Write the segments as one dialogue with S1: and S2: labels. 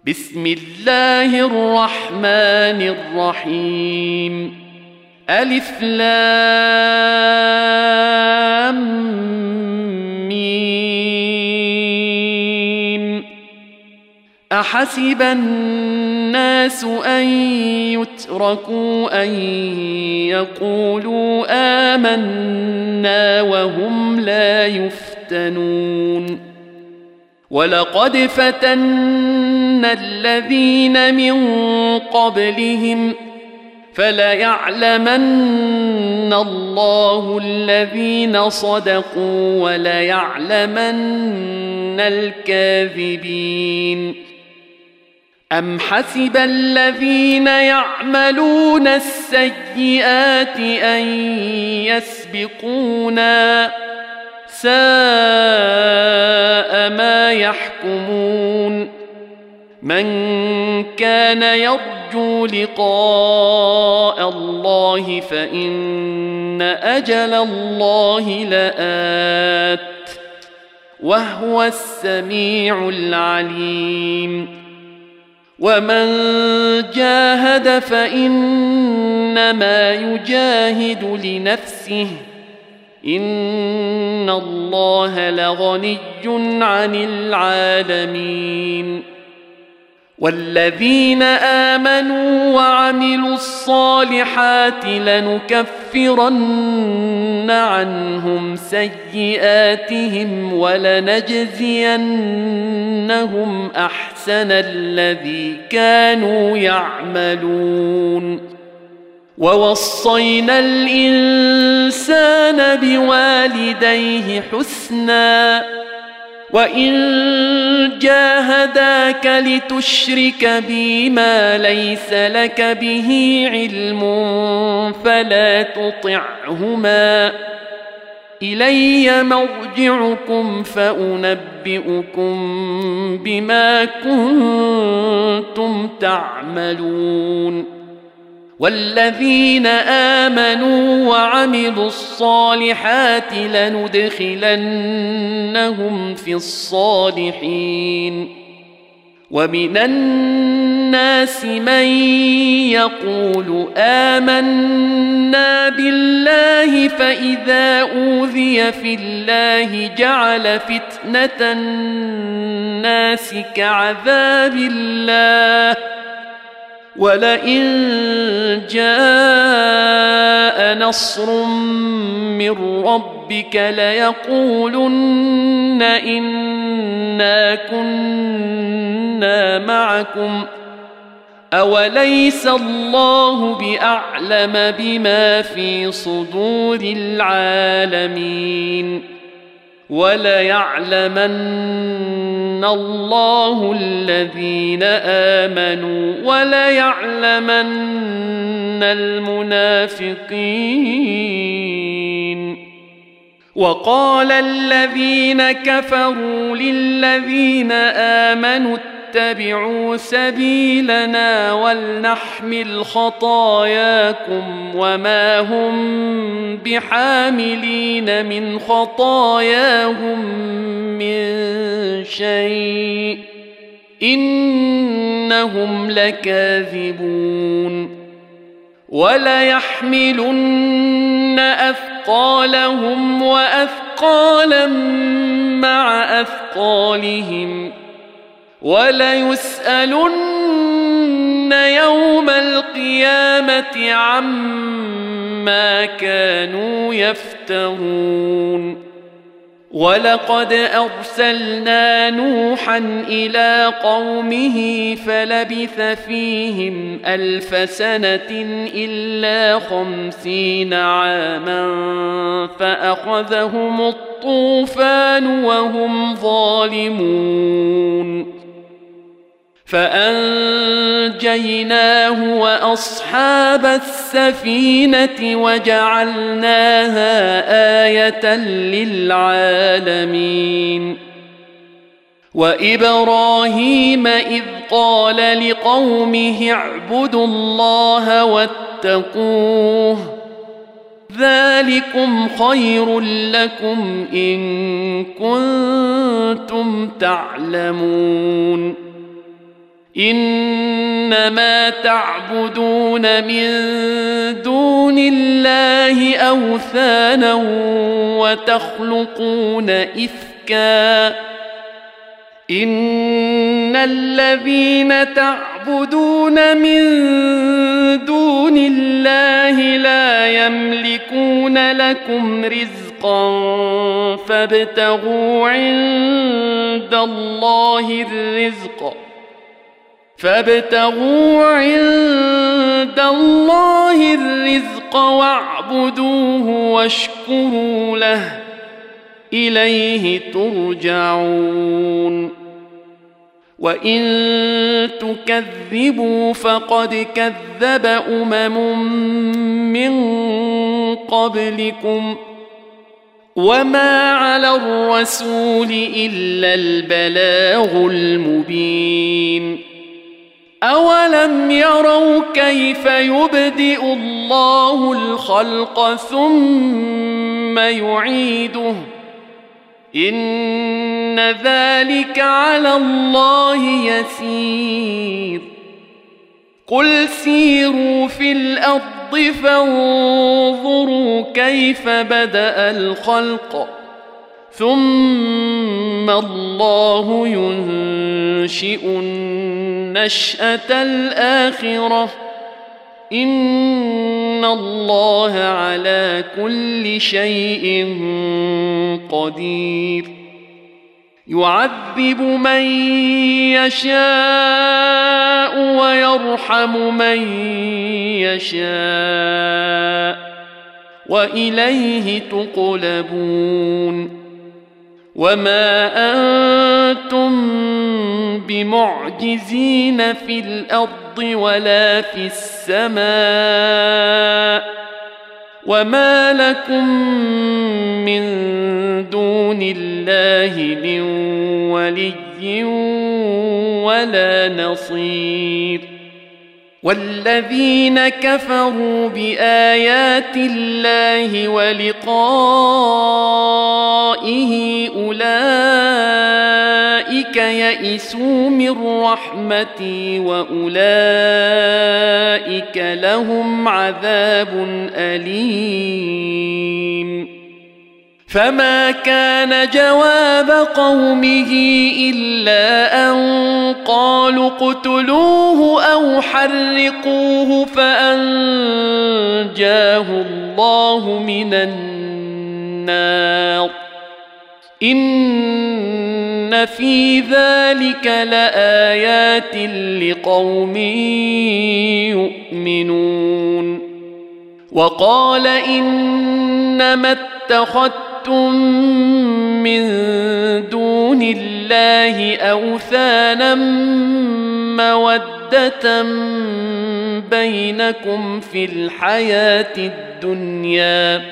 S1: بسم الله الرحمن الرحيم ألف لام ميم أحسب الناس أن يتركوا أن يقولوا آمنا وهم لا يفتنون ولقد فتنا الذين من قبلهم فليعلمن الله الذين صدقوا وليعلمن الكاذبين أم حسب الذين يعملون السيئات أن يسبقونا ساء ما يحكمون من كان يرجو لقاء الله فإن أجل الله لآت وهو السميع العليم ومن جاهد فإنما يجاهد لنفسه إن الله لغني عن العالمين والذين آمنوا وعملوا الصالحات لنكفرن عنهم سيئاتهم ولنجزينهم أحسن الذي كانوا يعملون ووصينا الإنسان بوالديه حسنا وإن جاهداك لتشرك بي ما ليس لك به علم فلا تطعهما إلي مرجعكم فأنبئكم بما كنتم تعملون والذين آمنوا وعملوا الصالحات لندخلنهم في الصالحين ومن الناس من يقول آمنا بالله فإذا أوذي في الله جعل فتنة الناس كعذاب الله ولئن جاء نصر من ربك ليقولن إنا كنا معكم أوليس الله بأعلم بما في صدور العالمين وليعلمن الله الذين آمنوا وليعلمن المنافقين وقال الذين كفروا للذين آمنوا اتبعوا سبيلنا ولنحمل خطاياكم وما هم بحاملين من خطاياهم من شيء إنهم لكاذبون وليحملن أثقالهم وأثقالا مع أثقالهم وليسألن يوم القيامة عما كانوا يفترون ولقد أرسلنا نوحا إلى قومه فلبث فيهم 1000 سنة إلا 50 عاما فأخذهم الطوفان وهم ظالمون فأنجيناه وأصحاب السفينة وجعلناها آية للعالمين وإبراهيم إذ قال لقومه اعبدوا الله واتقوه ذلكم خير لكم إن كنتم تعلمون إنما تعبدون من دون الله أوثانا وتخلقون إفكا إن الذين تعبدون من دون الله لا يملكون لكم رزقا فابتغوا عند الله الرزق واعبدوه واشكروا له إليه ترجعون وإن تكذبوا فقد كذب من قبلكم وما على الرسول إلا البلاغ المبين أولم يروا كيف يبدئ الله الخلق ثم يعيده إن ذلك على الله يسير قل سيروا في الأرض فانظروا كيف بدأ الخلق ثم الله ينشئ النشأة الآخرة إن الله على كل شيء قدير يعذب من يشاء ويرحم من يشاء وإليه تقلبون وما أنتم بمعجزين في الأرض ولا في السماء وما لكم من دون الله من ولي ولا نصير والذين كفروا بآيات الله ولقائه أولئك يئسوا من رحمتي وأولئك لهم عذاب أليم فما كان جواب قومه إلا أن قالوا اقتلوه أو حرقوه فأنجاه الله من النار إن في ذلك لآيات لقوم يؤمنون وقال إنما اتخذتم من دون الله أوثانا مودة بينكم في الحياة الدنيا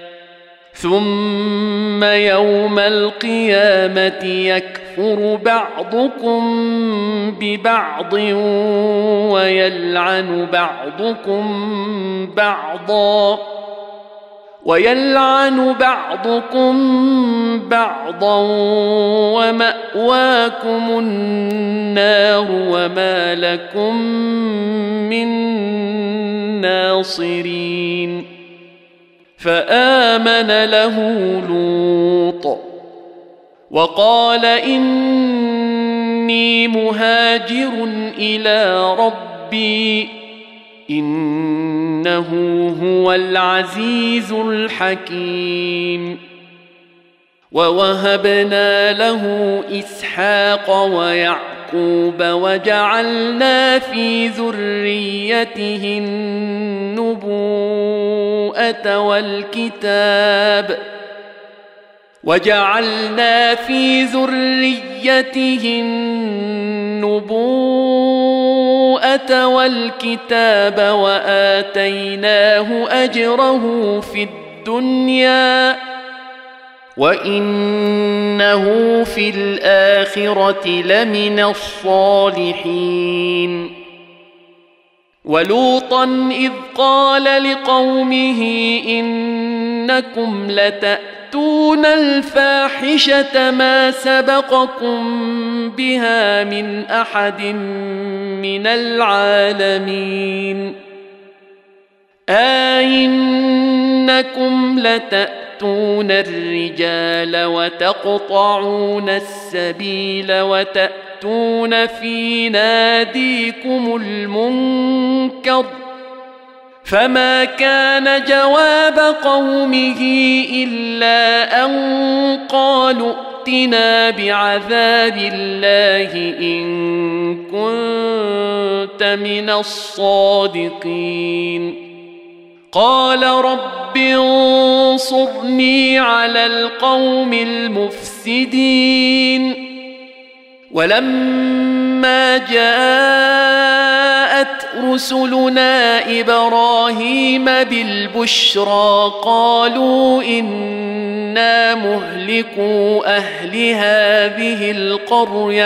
S1: ثم يوم القيامة يكفر بعضكم ببعض ويلعن بعضكم بعضا ومأواكم النار وما لكم من ناصرين فآمن له لوط وقال إني مهاجر إلى ربي إنه هو العزيز الحكيم ووهبنا له إسحاق ويعقوب وجعلنا في ذريته النبوءة والكتاب وآتيناه أجره في الدنيا وإنه في الآخرة لمن الصالحين ولوطا إذ قال لقومه إنكم لتأتون الفاحشة ما سبقكم بها من أحد من العالمين أئنكم لتأتون الرجال وتقطعون السبيل وتأتون في ناديكم المنكر فما كان جواب قومه إلا أن قالوا ائتنا بعذاب الله إن كنت من الصادقين قال رب انصرني على القوم المفسدين ولما جاءت رسلنا إبراهيم بالبشرى قالوا إنا مهلكو أهل هذه القرية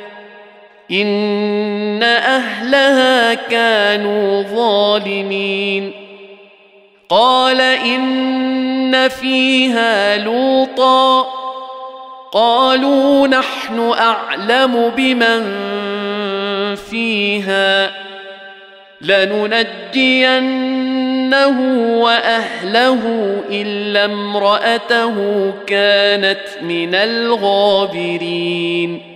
S1: إن أهلها كانوا ظالمين قال إن فيها لوطا قالوا نحن أعلم بمن فيها لننجينه وأهله إلا امرأته كانت من الغابرين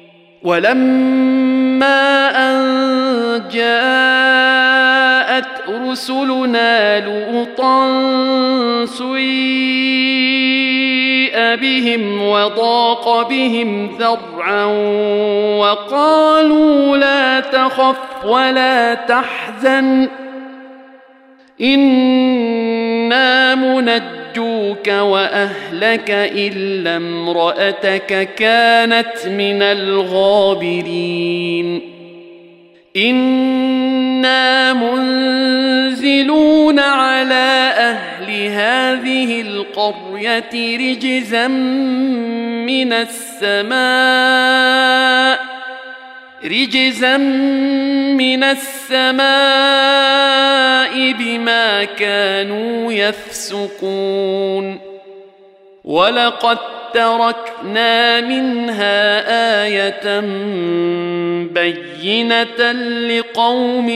S1: ولما أن جاءت رسلنا لوطا سيء بهم وضاق بهم ذرعا وقالوا لا تخف ولا تحزن إنا منجوك وأهلك إلا امرأتك كانت من الغابرين إنا منزلون على أهل هذه القرية رجزا من السماء بما كانوا يفسقون ولقد تركنا منها آية بينة لقوم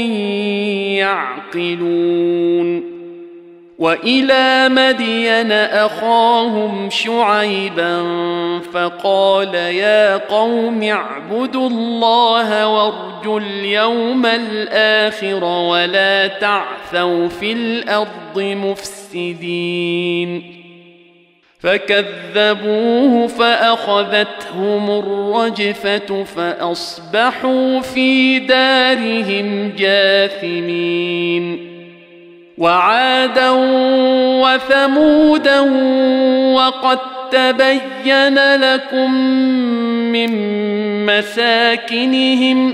S1: يعقلون وإلى مدين أخاهم شعيبا فقال يا قوم اعبدوا الله وارجوا اليوم الآخر ولا تعثوا في الأرض مفسدين فكذبوه فأخذتهم الرجفة فأصبحوا في دارهم جاثمين وعادا وثمودا وقد تبين لكم من مساكنهم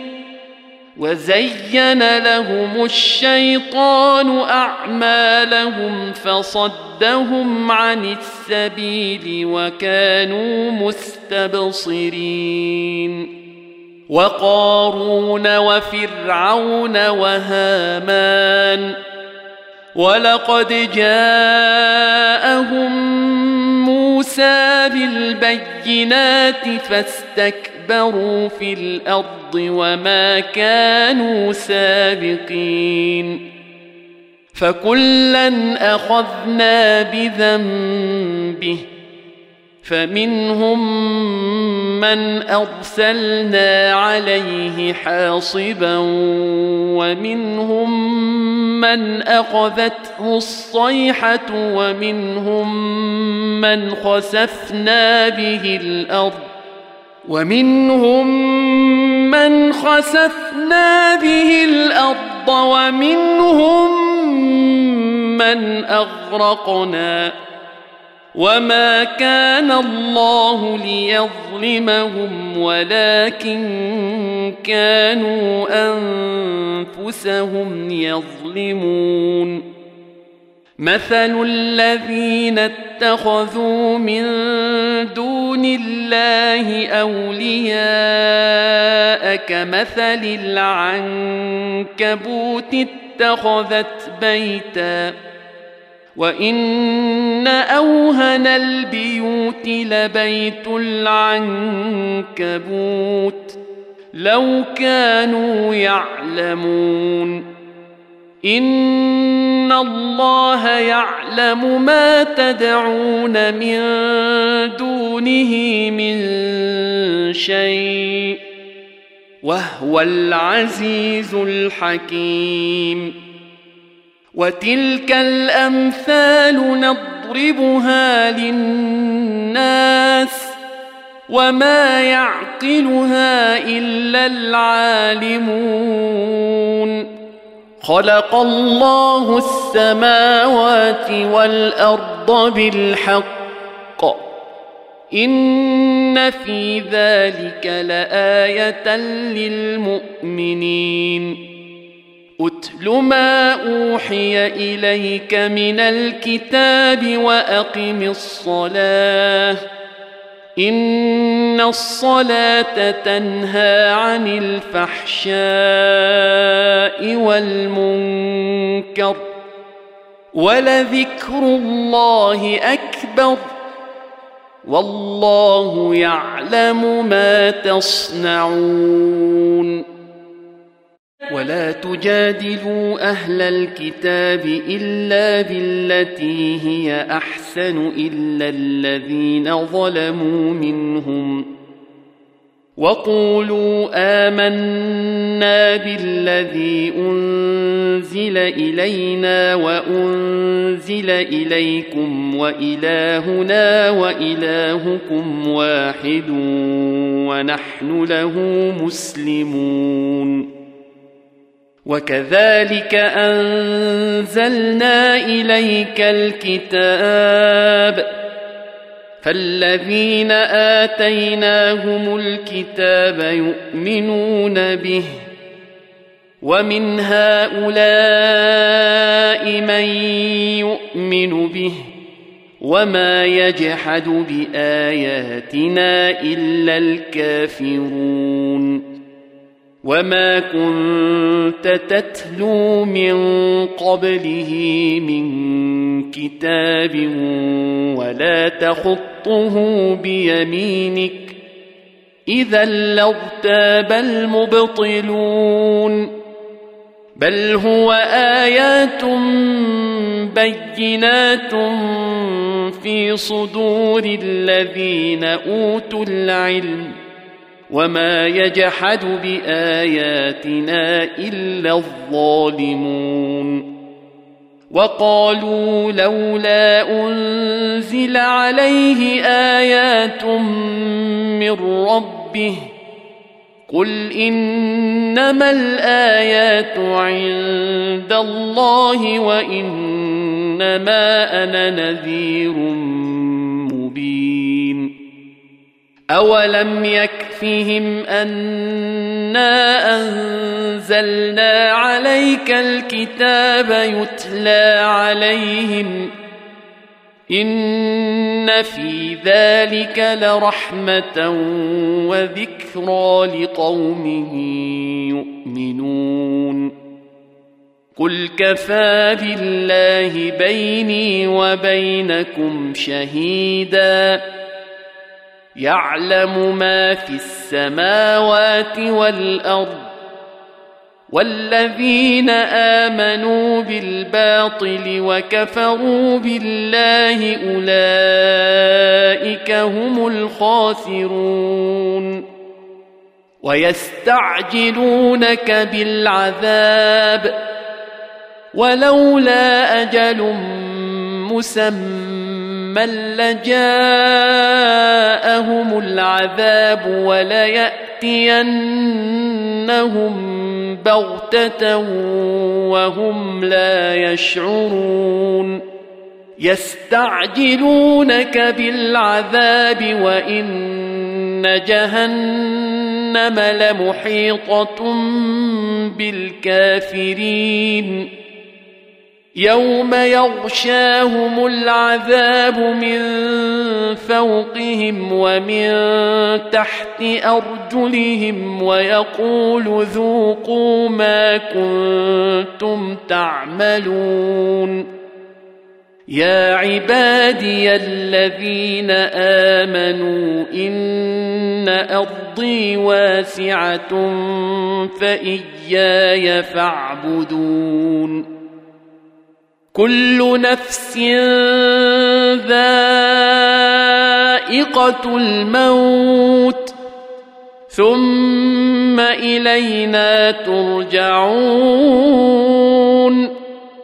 S1: وزين لهم الشيطان أعمالهم فصدهم عن السبيل وكانوا مستبصرين وقارون وفرعون وهامان ولقد جاءهم موسى بالبينات فاستكبروا في الأرض وما كانوا سابقين فكلا أخذنا بذنبه فمنهم من أرسلنا عليه حاصبا ومنهم من أخذته الصيحة ومنهم من خسفنا به الأرض ومنهم من أغرقنا وما كان الله ليظلمهم ولكن كانوا أنفسهم يظلمون مثل الذين اتخذوا من دون الله أولياء كمثل العنكبوت اتخذت بيتا وإن أوهن البيوت لبيت العنكبوت لو كانوا يعلمون إن الله يعلم ما تدعون من دونه من شيء وهو العزيز الحكيم وتلك الأمثال نضربها للناس وما يعقلها إلا العالمون خلق الله السماوات والأرض بالحق إن في ذلك لآية للمؤمنين أتل ما أوحي إليك من الكتاب وأقم الصلاة إن الصلاة تنهى عن الفحشاء والمنكر ولذكر الله أكبر والله يعلم ما تصنعون ولا تجادلوا أهل الكتاب إلا بالتي هي أحسن إلا الذين ظلموا منهم وقولوا آمنا بالذي أنزل إلينا وأنزل إليكم وإلهنا وإلهكم واحد ونحن له مسلمون وكذلك أنزلنا إليك الكتاب فالذين آتيناهم الكتاب يؤمنون به ومن هؤلاء من يؤمن به وما يجحد بآياتنا إلا الكافرون وما كنت تتلو من قبله من كتاب ولا تخطه بيمينك إذا لارتاب المبطلون بل هو آيات بينات في صدور الذين أوتوا العلم وما يجحد بآياتنا إلا الظالمون وقالوا لولا أنزل عليه آيات من ربه قل إنما الآيات عند الله وإنما أنا نذير مبين أولم يكفهم أنا أنزلنا عليك الكتاب يتلى عليهم إن في ذلك لرحمة وذكرى لقوم يؤمنون قل كفى بالله بيني وبينكم شهيداً يعلم ما في السماوات والأرض والذين آمنوا بالباطل وكفروا بالله أولئك هم الخاسرون ويستعجلونك بالعذاب ولولا أجل مسمى لجاءهم العذاب وليأتينهم بغتة وهم لا يشعرون يستعجلونك بالعذاب وإن جهنم لمحيطة بالكافرين يوم يغشاهم العذاب من فوقهم ومن تحت أرجلهم ويقول ذوقوا ما كنتم تعملون يا عبادي الذين آمنوا إن أرضي واسعة فإياي فاعبدون كل نفس ذائقة الموت ثم إلينا ترجعون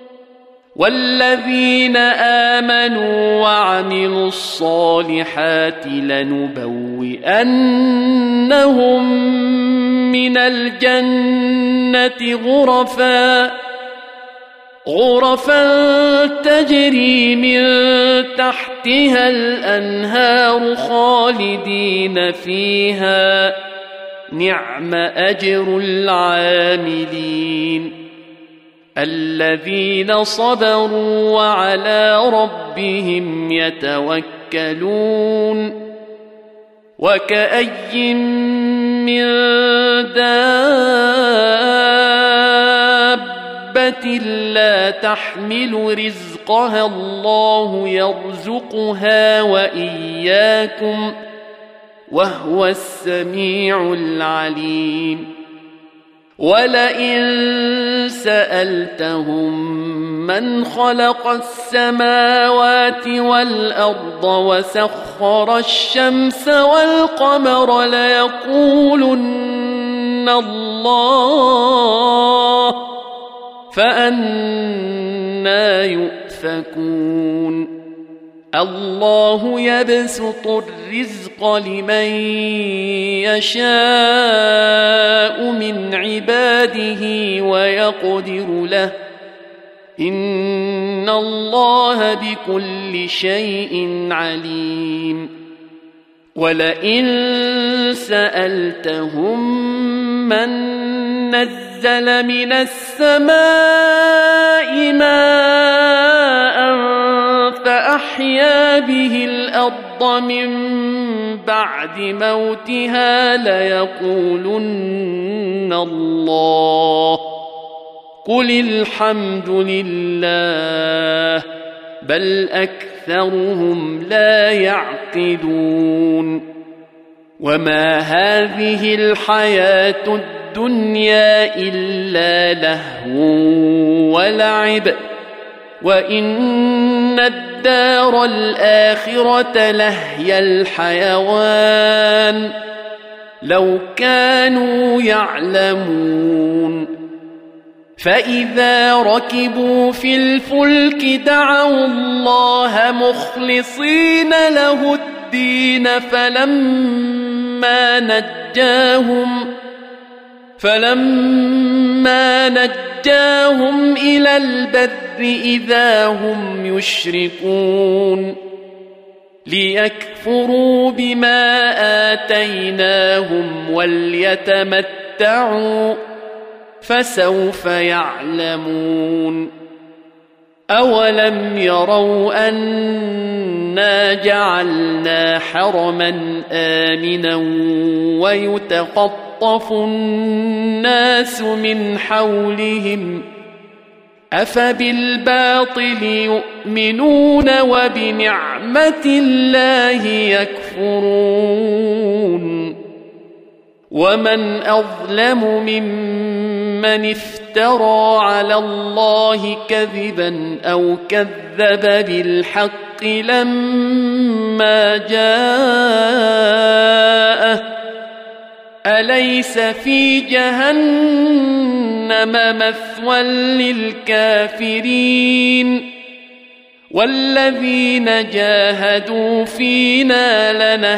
S1: والذين آمنوا وعملوا الصالحات لنبوئنهم من الجنة غرفا تجري من تحتها الأنهار خالدين فيها نعم أجر العاملين الذين صبروا وعلى ربهم يتوكلون وكأي من دابة لا تحمل رزقها الله يرزقها وإياكم وهو السميع العليم ولئن سألتهم من خلق السماوات والأرض وسخر الشمس والقمر ليقولن الله فأنى يؤفكون الله يبسط الرزق لمن يشاء من عباده ويقدر له إن الله بكل شيء عليم ولئن سألتهم من نزل من السماء ماء فأحيا به الأرض من بعد موتها ليقولن الله قل الحمد لله بل أكثرهم لا يعقلون وما هذه الحياة الدنيا إلا لهو ولعب وإن الدار الآخرة لهي الحيوان لو كانوا يعلمون فإذا ركبوا في الفلك دعوا الله مخلصين له الدين فلما نجاهم إلى البر إذا هم يشركون ليكفروا بما آتيناهم وليتمتعوا فسوف يعلمون أولم يروا أنا جعلنا حرما آمنا ويتخطف الناس من حولهم أفبالباطل يؤمنون وبنعمة الله يكفرون ومن أظلم ممن افترى على الله كذبا أو كذب بالحق لما جاءه أليس في جهنم مثوى للكافرين والذين جاهدوا فينا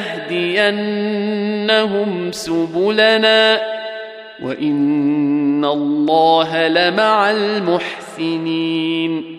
S1: لنهدينهم سبلنا وإن الله لمع المحسنين